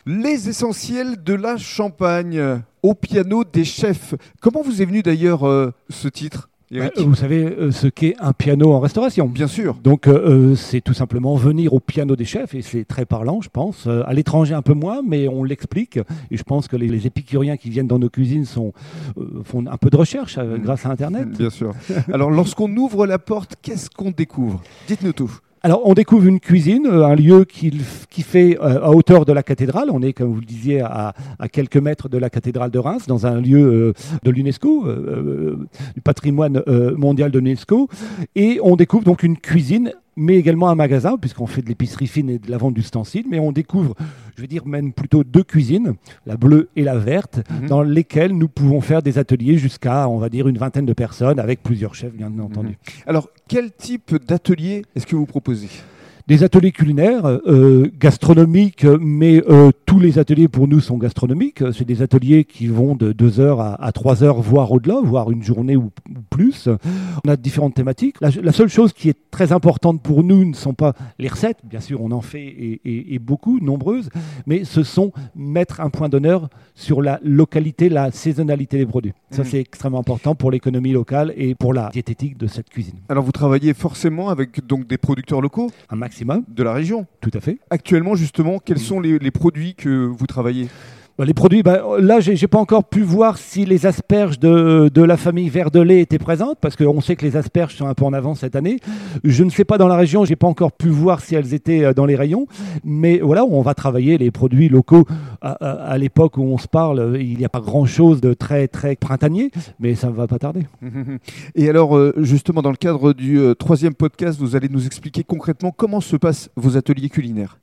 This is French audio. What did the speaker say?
Les essentiels de la Champagne, au piano des chefs. Comment vous est venu d'ailleurs ce titre, Eric ? Vous savez ce qu'est un piano en restauration. Bien sûr. Donc c'est tout simplement venir au piano des chefs, et c'est très parlant, je pense. À l'étranger un peu moins, mais on l'explique. Et je pense que les épicuriens qui viennent dans nos cuisines font un peu de recherche grâce à Internet. Bien sûr. Alors lorsqu'on ouvre la porte, qu'est-ce qu'on découvre ? Dites-nous tout. Alors, on découvre une cuisine, un lieu qui fait à hauteur de la cathédrale. On est, comme vous le disiez, à quelques mètres de la cathédrale de Reims, dans un lieu de l'UNESCO, du patrimoine mondial de l'UNESCO. Et on découvre donc une cuisine, mais également un magasin, puisqu'on fait de l'épicerie fine et de la vente d'ustensiles. Mais on découvre, je vais dire même plutôt 2 cuisines, la bleue et la verte, dans lesquelles nous pouvons faire des ateliers jusqu'à, on va dire, une vingtaine de personnes, avec plusieurs chefs, bien entendu. Alors, quel type d'atelier est-ce que vous proposez ? Des ateliers culinaires, gastronomiques, mais tous les ateliers pour nous sont gastronomiques. C'est des ateliers qui vont de 2 heures à 3 heures, voire au-delà, voire une journée ou plus. On a différentes thématiques. La seule chose qui est très importante pour nous ne sont pas les recettes, bien sûr on en fait et beaucoup, nombreuses, mais ce sont mettre un point d'honneur sur la localité, la saisonnalité des produits. Ça c'est extrêmement important pour l'économie locale et pour la diététique de cette cuisine. Alors vous travaillez forcément avec donc des producteurs locaux ? Un maximum. De la région. Tout à fait. Actuellement, justement, quels sont les produits que vous travaillez ? Les produits, là, j'ai pas encore pu voir si les asperges de la famille Verdelet étaient présentes, parce qu'on sait que les asperges sont un peu en avance cette année. Je ne sais pas dans la région, j'ai pas encore pu voir si elles étaient dans les rayons, mais voilà, on va travailler les produits locaux. À l'époque où on se parle, il n'y a pas grand-chose de très, très printanier, mais ça ne va pas tarder. Et alors, justement, dans le cadre du 3e podcast, vous allez nous expliquer concrètement comment se passent vos ateliers culinaires.